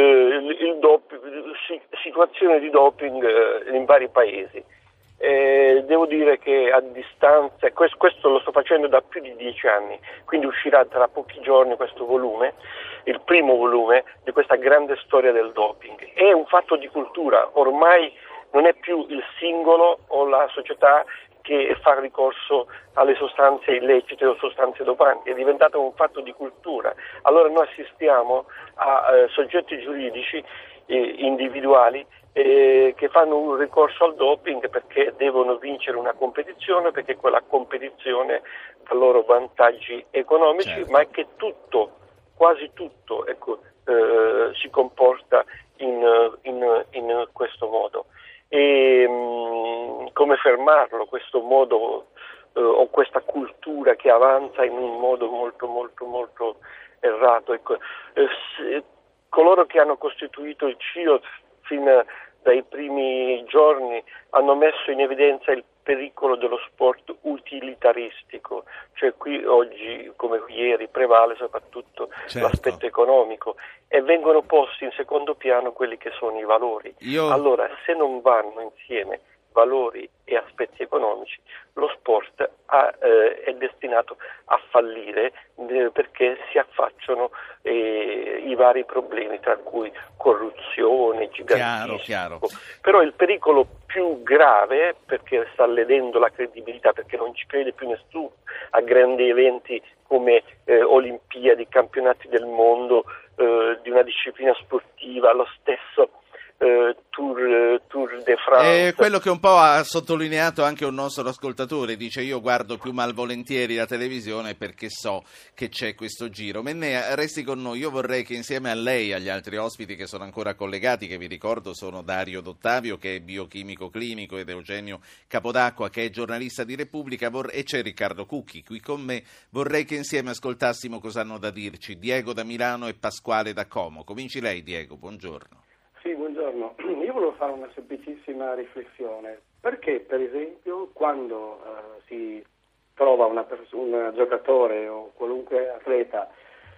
situazione di doping in vari paesi. Devo dire che a distanza, questo lo sto facendo da più di 10 anni, quindi uscirà tra pochi giorni questo volume, il primo volume di questa grande storia del doping. È un fatto di cultura, ormai non è più il singolo o la società che fa ricorso alle sostanze illecite o sostanze dopanti, è diventato un fatto di cultura. Allora noi assistiamo a soggetti giuridici individuali che fanno un ricorso al doping perché devono vincere una competizione, perché quella competizione dà loro vantaggi economici, certo. Ma è che tutto, quasi tutto, si comporta in questo modo. E come fermarlo, questo modo o questa cultura che avanza in un modo molto molto molto errato. Coloro che hanno costituito il CIO fin dai primi giorni hanno messo in evidenza il pericolo dello sport utilitaristico, cioè qui oggi come ieri prevale soprattutto l'aspetto economico e vengono posti in secondo piano quelli che sono i valori. Allora, se non vanno insieme valori e aspetti economici, lo sport è destinato a fallire perché si affacciano i vari problemi, tra cui corruzione, gigantismo. Chiaro. Però il pericolo più grave, perché sta ledendo la credibilità, perché non ci crede più nessuno a grandi eventi come Olimpiadi, campionati del mondo di una disciplina sportiva, lo stesso Tour de France. Quello che un po' ha sottolineato anche un nostro ascoltatore, dice: io guardo più malvolentieri la televisione perché so che c'è questo giro. Mennea, resti con noi, io vorrei che insieme a lei, agli altri ospiti che sono ancora collegati, che vi ricordo sono Dario D'Ottavio, che è biochimico clinico, ed Eugenio Capodacqua, che è giornalista di Repubblica, e c'è Riccardo Cucchi qui con me, vorrei che insieme ascoltassimo cosa hanno da dirci Diego da Milano e Pasquale da Como. Cominci lei, Diego, buongiorno. Sì, buongiorno. Io volevo fare una semplicissima riflessione. Perché, per esempio, quando si trova un giocatore o qualunque atleta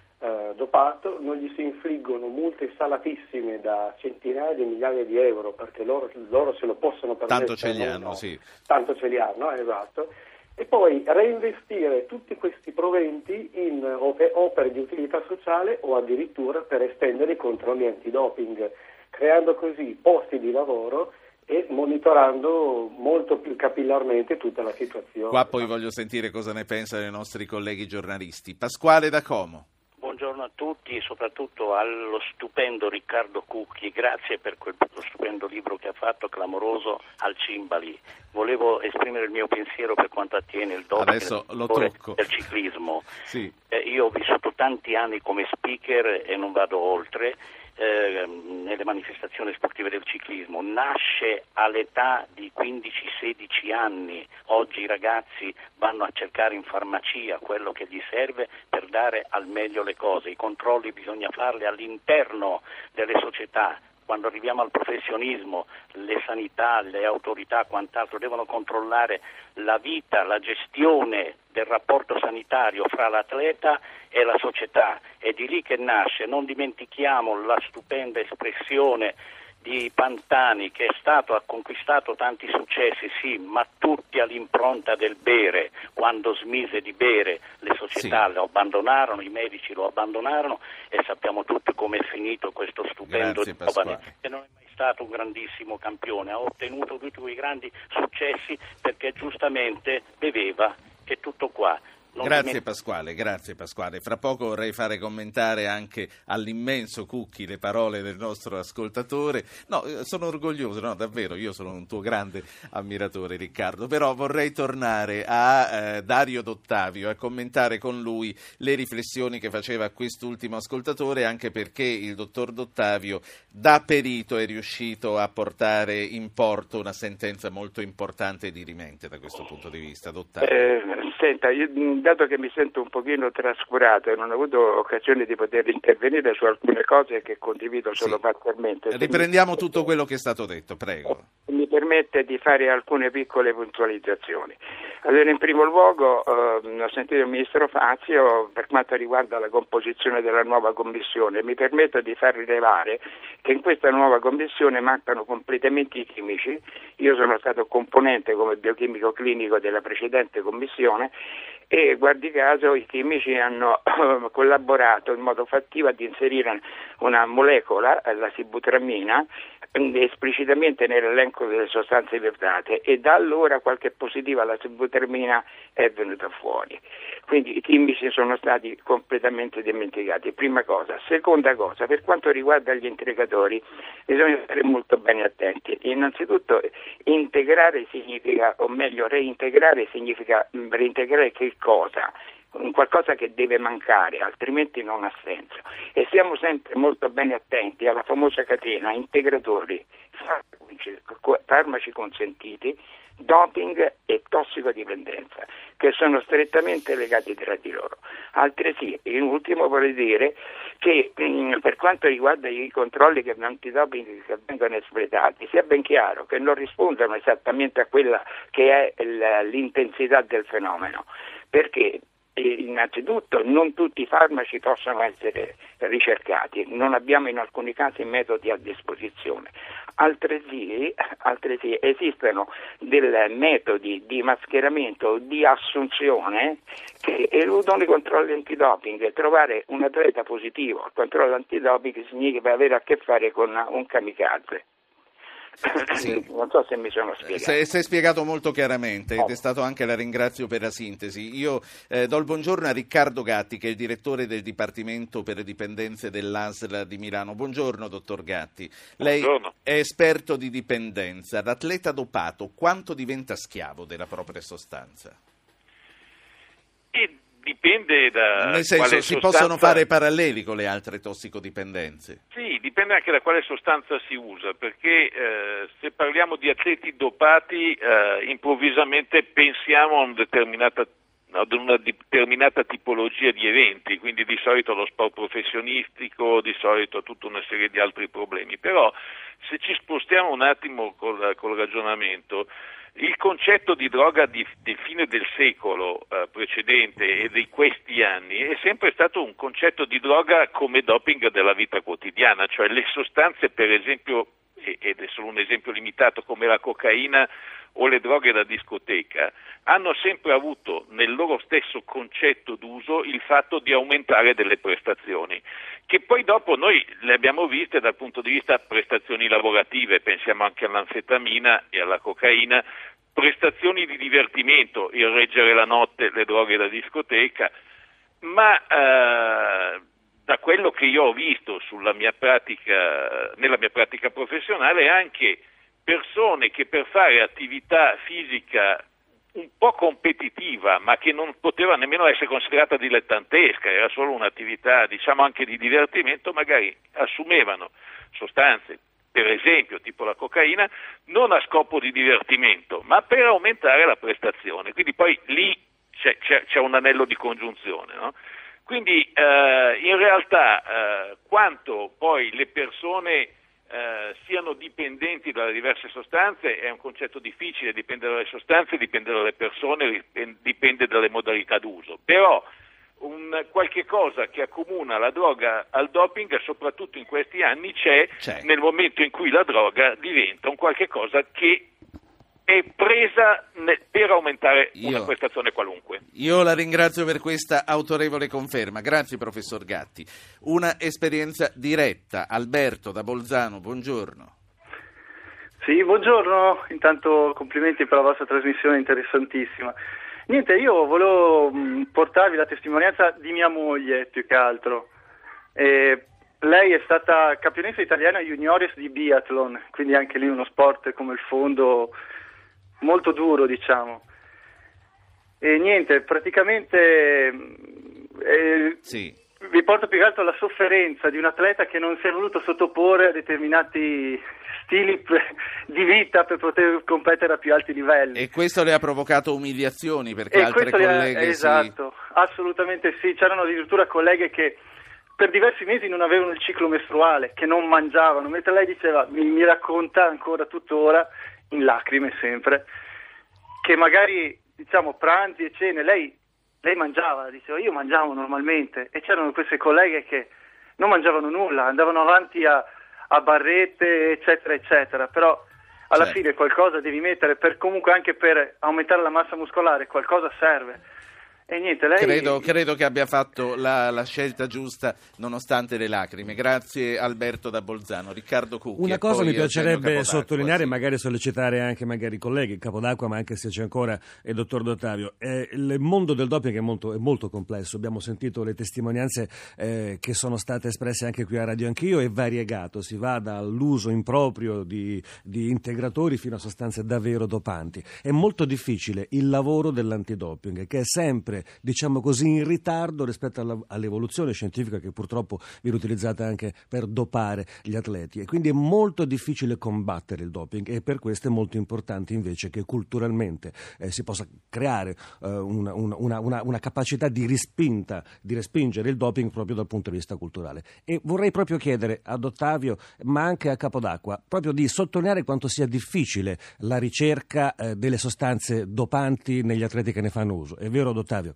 dopato, non gli si infliggono multe salatissime da centinaia di migliaia di euro, perché loro se lo possono permettere. Tanto ce li hanno, sì. Tanto ce li hanno, esatto. E poi reinvestire tutti questi proventi in opere di utilità sociale o addirittura per estendere i controlli antidoping, creando così posti di lavoro e monitorando molto più capillarmente tutta la situazione. Qua poi voglio sentire cosa ne pensano i nostri colleghi giornalisti. Pasquale da Como. Buongiorno a tutti e soprattutto allo stupendo Riccardo Cucchi, grazie per quel stupendo libro che ha fatto, clamoroso, al Cimbali. Volevo esprimere il mio pensiero per quanto attiene il doping del ciclismo. Sì. Io ho vissuto tanti anni come speaker e non vado oltre. Nelle manifestazioni sportive del ciclismo, nasce all'età di 15-16 anni, oggi i ragazzi vanno a cercare in farmacia quello che gli serve per dare al meglio le cose, i controlli bisogna farli all'interno delle società. Quando arriviamo al professionismo, le sanità, le autorità, quant'altro devono controllare la vita, la gestione del rapporto sanitario fra l'atleta e la società. È di lì che nasce, non dimentichiamo la stupenda espressione di Pantani che ha conquistato tanti successi, sì, ma tutti all'impronta del bere. Quando smise di bere le società lo abbandonarono, i medici lo abbandonarono e sappiamo tutti come è finito questo stupendo giovane che non è mai stato un grandissimo campione, ha ottenuto tutti quei grandi successi perché giustamente beveva, e tutto qua. Grazie Pasquale. Fra poco vorrei fare commentare anche all'immenso Cucchi le parole del nostro ascoltatore. No, sono orgoglioso, no, davvero, io sono un tuo grande ammiratore, Riccardo, però vorrei tornare a Dario D'Ottavio a commentare con lui le riflessioni che faceva quest'ultimo ascoltatore, anche perché il dottor D'Ottavio da perito è riuscito a portare in porto una sentenza molto importante e dirimente da questo punto di vista. D'Ottavio. Senta, dato che mi sento un pochino trascurato e non ho avuto occasione di poter intervenire su alcune cose che condivido solo parzialmente. Riprendiamo tutto quello che è stato detto, prego. Mi permette di fare alcune piccole puntualizzazioni. Allora, in primo luogo ho sentito il ministro Fazio per quanto riguarda la composizione della nuova commissione. Mi permetto di far rilevare che in questa nuova commissione mancano completamente i chimici. Io sono stato componente come biochimico clinico della precedente commissione e guardi caso i chimici hanno collaborato in modo fattivo ad inserire una molecola, la sibutramina, esplicitamente nell'elenco delle sostanze vietate, e da allora qualche positiva alla sibutramina è venuta fuori. Quindi i chimici sono stati completamente dimenticati, prima cosa. Seconda cosa, per quanto riguarda gli integratori bisogna stare molto bene attenti. Innanzitutto integrare significa, o meglio reintegrare significa reintegrare che cosa? Qualcosa che deve mancare, altrimenti non ha senso. E siamo sempre molto bene attenti alla famosa catena integratori, farmaci consentiti, doping e tossicodipendenza, che sono strettamente legati tra di loro. Altresì, in ultimo vorrei dire che per quanto riguarda i controlli antidoping che vengono espletati, sia ben chiaro che non rispondono esattamente a quella che è l'intensità del fenomeno, perché innanzitutto non tutti i farmaci possono essere ricercati, non abbiamo in alcuni casi metodi a disposizione. Altresì esistono dei metodi di mascheramento o di assunzione che eludono i controlli antidoping. Trovare un atleta positivo al controllo antidoping significa avere a che fare con un kamikaze. Sì. Non so se mi sono spiegato. Si è spiegato molto chiaramente ed è stato anche, la ringrazio per la sintesi. Io do il buongiorno a Riccardo Gatti, che è il direttore del Dipartimento per le Dipendenze dell'ASL di Milano. Buongiorno, dottor Gatti. Lei è esperto di dipendenza. L'atleta dopato quanto diventa schiavo della propria sostanza? Dipende da Nel senso, si possono fare paralleli con le altre tossicodipendenze? Sì, dipende anche da quale sostanza si usa, perché se parliamo di atleti dopati, improvvisamente pensiamo ad una determinata tipologia di eventi, quindi di solito allo sport professionistico, di solito a tutta una serie di altri problemi. Però se ci spostiamo un attimo col ragionamento, il concetto di droga di fine del secolo precedente e di questi anni è sempre stato un concetto di droga come doping della vita quotidiana, cioè le sostanze, per esempio, ed è solo un esempio limitato, come la cocaina o le droghe da discoteca, hanno sempre avuto nel loro stesso concetto d'uso il fatto di aumentare delle prestazioni, che poi dopo noi le abbiamo viste dal punto di vista prestazioni lavorative, pensiamo anche all'anfetamina e alla cocaina, prestazioni di divertimento, il reggere la notte, le droghe da discoteca, ma da quello che io ho visto nella mia pratica professionale, anche persone che per fare attività fisica un po' competitiva, ma che non poteva nemmeno essere considerata dilettantesca, era solo un'attività, diciamo, anche di divertimento, magari assumevano sostanze, per esempio tipo la cocaina, non a scopo di divertimento, ma per aumentare la prestazione. Quindi poi lì c'è un anello di congiunzione, no? Quindi in realtà quanto poi le persone siano dipendenti dalle diverse sostanze è un concetto difficile, dipende dalle sostanze, dipende dalle persone, dipende dalle modalità d'uso, però qualche cosa che accomuna la droga al doping, soprattutto in questi anni, c'è nel momento in cui la droga diventa un qualche cosa che è presa per aumentare una prestazione qualunque. Io la ringrazio per questa autorevole conferma. Grazie, professor Gatti. Una esperienza diretta. Alberto da Bolzano, buongiorno. Sì, buongiorno. Intanto complimenti per la vostra trasmissione interessantissima. Niente, io volevo portarvi la testimonianza di mia moglie, più che altro. Lei è stata campionessa italiana juniores di biathlon, quindi anche lì uno sport come il fondo molto duro, diciamo. E niente, praticamente vi porto più che altro la sofferenza di un atleta che non si è voluto sottoporre a determinati stili di vita per poter competere a più alti livelli. E questo le ha provocato umiliazioni, perché altre colleghe... Esatto, assolutamente sì. C'erano addirittura colleghe che per diversi mesi non avevano il ciclo mestruale, che non mangiavano, mentre lei diceva, mi racconta ancora tuttora, in lacrime sempre, che magari, diciamo, pranzi e cene, lei mangiava, diceva, io mangiavo normalmente, e c'erano queste colleghe che non mangiavano nulla, andavano avanti a barrette, eccetera, eccetera, però alla fine qualcosa devi mettere, comunque anche per aumentare la massa muscolare, qualcosa serve. E niente, lei... Credo che abbia fatto la scelta giusta nonostante le lacrime. Grazie Alberto da Bolzano. Riccardo Cucchi. Una cosa mi piacerebbe sottolineare, magari sollecitare anche magari i colleghi, Capodacqua, ma anche se c'è ancora il dottor D'Ottavio. Il mondo del doping è molto complesso. Abbiamo sentito le testimonianze che sono state espresse anche qui a Radio Anch'io, è variegato. Si va dall'uso improprio di integratori fino a sostanze davvero dopanti. È molto difficile il lavoro dell'antidoping, che è sempre, diciamo così, in ritardo rispetto all'evoluzione scientifica che purtroppo viene utilizzata anche per dopare gli atleti, e quindi è molto difficile combattere il doping, e per questo è molto importante invece che culturalmente si possa creare una capacità di respingere il doping proprio dal punto di vista culturale. E vorrei proprio chiedere ad Ottavio, ma anche a Capodacqua, proprio di sottolineare quanto sia difficile la ricerca delle sostanze dopanti negli atleti che ne fanno uso. È vero, Ottavio? Sì,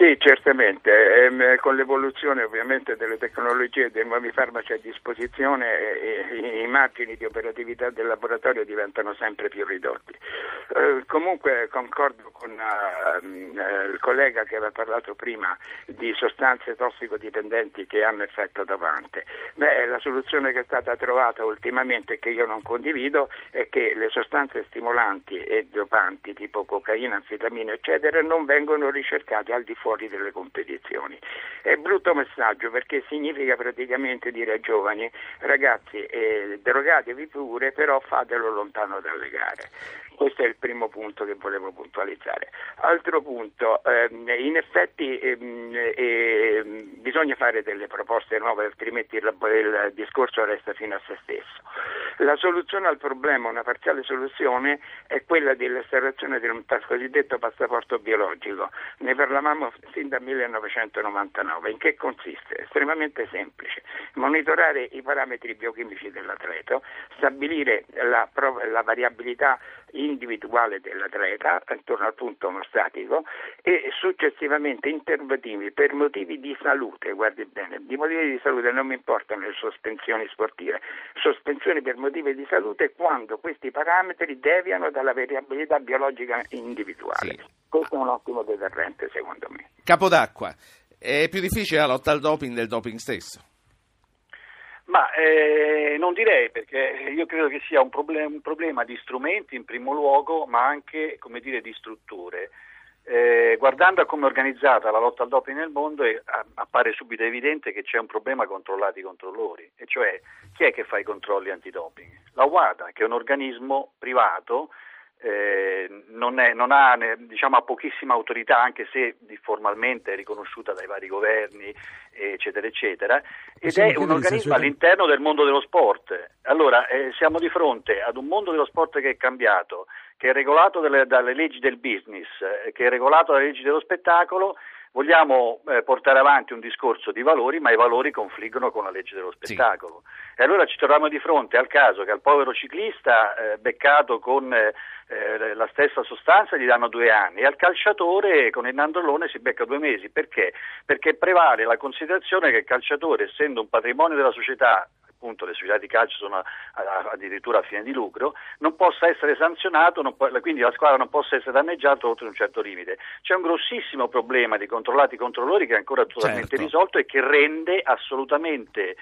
Sì, certamente, con l'evoluzione ovviamente delle tecnologie e dei nuovi farmaci a disposizione i margini di operatività del laboratorio diventano sempre più ridotti. Comunque concordo con il collega che aveva parlato prima di sostanze tossicodipendenti che hanno effetto dopante. La soluzione che è stata trovata ultimamente, che io non condivido, è che le sostanze stimolanti e dopanti tipo cocaina, anfetamina eccetera non vengono ricercate al di fuori delle competizioni. È brutto messaggio, perché significa praticamente dire ai giovani: ragazzi, drogatevi pure, però fatelo lontano dalle gare. Questo è il primo punto che volevo puntualizzare. Altro punto, in effetti bisogna fare delle proposte nuove, altrimenti il discorso resta fino a se stesso. La soluzione al problema, una parziale soluzione, è quella dell'instaurazione del cosiddetto passaporto biologico. Ne parlavamo fin dal 1999. In che consiste? Estremamente semplice: monitorare i parametri biochimici dell'atleta, stabilire la variabilità individuale dell'atleta intorno al punto omostatico e successivamente interventivi per motivi di salute. Guardi bene, di motivi di salute non mi importano le sospensioni sportive, sospensioni per motivi di salute quando questi parametri deviano dalla variabilità biologica individuale. Sì. Questo è un ottimo deterrente, secondo me. Capodacqua, è più difficile la lotta al doping del doping stesso? Ma non direi, perché io credo che sia un problema di strumenti in primo luogo, ma anche, come dire, di strutture. Guardando a come è organizzata la lotta al doping nel mondo, appare subito evidente che c'è un problema controllati i controllori, e cioè chi è che fa i controlli antidoping? La WADA, che è un organismo privato, ha pochissima autorità, anche se formalmente è riconosciuta dai vari governi, eccetera eccetera, ed è un organismo all'interno del mondo dello sport. Allora siamo di fronte ad un mondo dello sport che è cambiato, che è regolato dalle leggi del business, che è regolato dalle leggi dello spettacolo. Vogliamo portare avanti un discorso di valori, ma i valori confliggono con la legge dello spettacolo. Sì. E allora ci troviamo di fronte al caso che al povero ciclista beccato con la stessa sostanza gli danno 2 anni, e al calciatore con il nandrolone si becca 2 mesi. Perché? Perché prevale la considerazione che il calciatore, essendo un patrimonio della società, appunto le società di calcio sono addirittura a fine di lucro, non possa essere sanzionato, quindi la squadra non possa essere danneggiata oltre un certo limite. C'è un grossissimo problema di controllati controllori che è ancora totalmente risolto e che rende assolutamente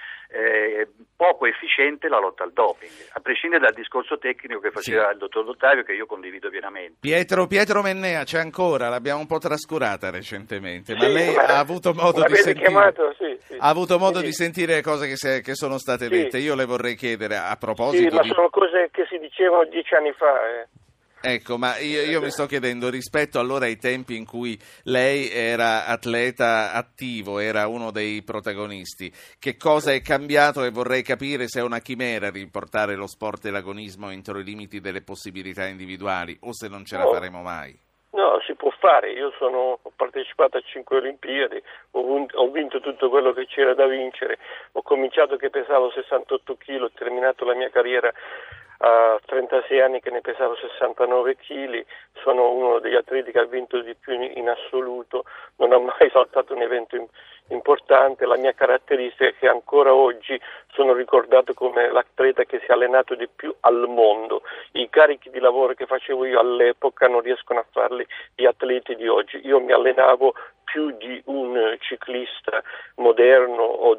poco efficiente la lotta al doping, a prescindere dal discorso tecnico che faceva il dottor Dottavio, che io condivido pienamente. Pietro Mennea c'è ancora, l'abbiamo un po' trascurata recentemente, ma lei ha avuto modo di sentire, ha avuto modo di sentire cose che sono state dette. Io le vorrei chiedere a proposito ma sono cose che si dicevano 10 anni fa. Ecco, ma io mi sto chiedendo, rispetto allora ai tempi in cui lei era atleta attivo, era uno dei protagonisti, che cosa è cambiato, e vorrei capire se è una chimera riportare lo sport e l'agonismo entro i limiti delle possibilità individuali, o se non ce la faremo mai. No, si può fare. Io ho partecipato a 5 Olimpiadi, ho vinto tutto quello che c'era da vincere, ho cominciato che pesavo 68 kg, ho terminato la mia carriera a 36 anni che ne pesavo 69 kg, sono uno degli atleti che ha vinto di più in assoluto, non ho mai saltato un evento importante. La mia caratteristica è che ancora oggi sono ricordato come l'atleta che si è allenato di più al mondo. I carichi di lavoro che facevo io all'epoca non riescono a farli gli atleti di oggi. Io mi allenavo più di un ciclista moderno o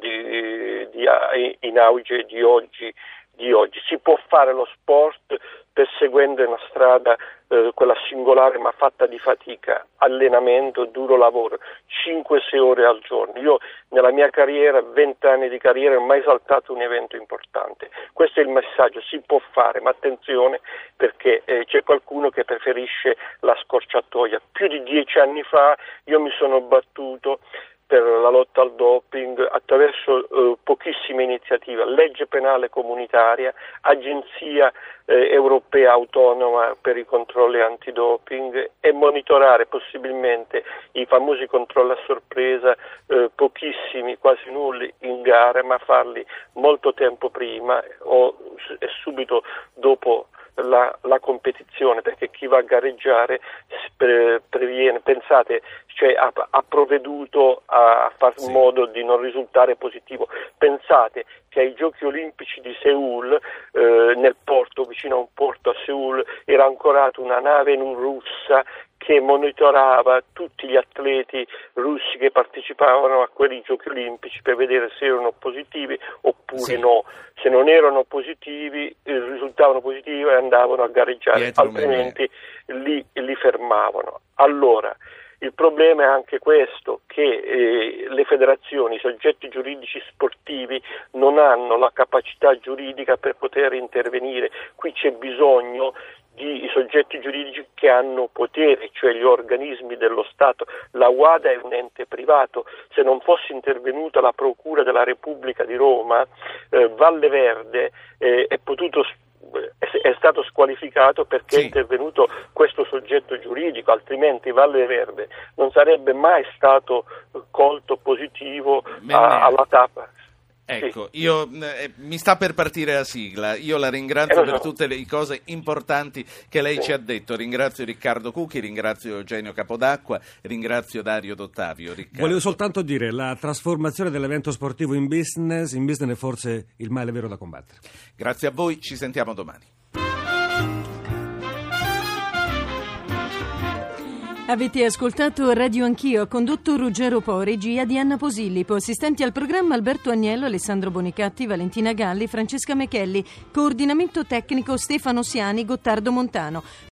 in auge di oggi. Si può fare lo sport perseguendo una strada, quella singolare ma fatta di fatica, allenamento, duro lavoro, 5-6 ore al giorno. Io nella mia carriera, 20 anni di carriera, non ho mai saltato un evento importante. Questo è il messaggio: si può fare, ma attenzione, perché c'è qualcuno che preferisce la scorciatoia. Più di 10 anni fa io mi sono battuto per la lotta al doping attraverso pochissime iniziative: legge penale comunitaria, agenzia europea autonoma per i controlli antidoping, e monitorare possibilmente i famosi controlli a sorpresa, pochissimi, quasi nulli in gara, ma farli molto tempo prima e subito dopo la competizione, perché chi va a gareggiare previene, pensate, cioè ha provveduto a far modo di non risultare positivo. Pensate che ai Giochi Olimpici di Seul, nel porto, vicino a un porto a Seul, era ancorata una nave russa che monitorava tutti gli atleti russi che partecipavano a quei Giochi Olimpici per vedere se erano positivi oppure no. Se non erano positivi, risultavano positivi e andavano a gareggiare, altrimenti li fermavano. Allora, il problema è anche questo, che le federazioni, i soggetti giuridici sportivi non hanno la capacità giuridica per poter intervenire. Qui c'è bisogno di soggetti giuridici che hanno potere, cioè gli organismi dello Stato. La WADA è un ente privato. Se non fosse intervenuta la Procura della Repubblica di Roma, Valle Verde è stato squalificato perché è intervenuto questo soggetto giuridico, altrimenti Valle Verde non sarebbe mai stato colto positivo alla TAP. Ecco, io mi sta per partire la sigla, io la ringrazio per tutte le cose importanti che lei ci ha detto, ringrazio Riccardo Cucchi, ringrazio Eugenio Capodacqua, ringrazio Dario D'Ottavio. Volevo soltanto dire, la trasformazione dell'evento sportivo in business è forse il male vero da combattere. Grazie a voi, ci sentiamo domani. Avete ascoltato Radio Anch'io, ha condotto Ruggero Po, regia di Anna Posillipo, assistenti al programma Alberto Agnello, Alessandro Bonicatti, Valentina Galli, Francesca Mechelli, coordinamento tecnico Stefano Siani, Gottardo Montano.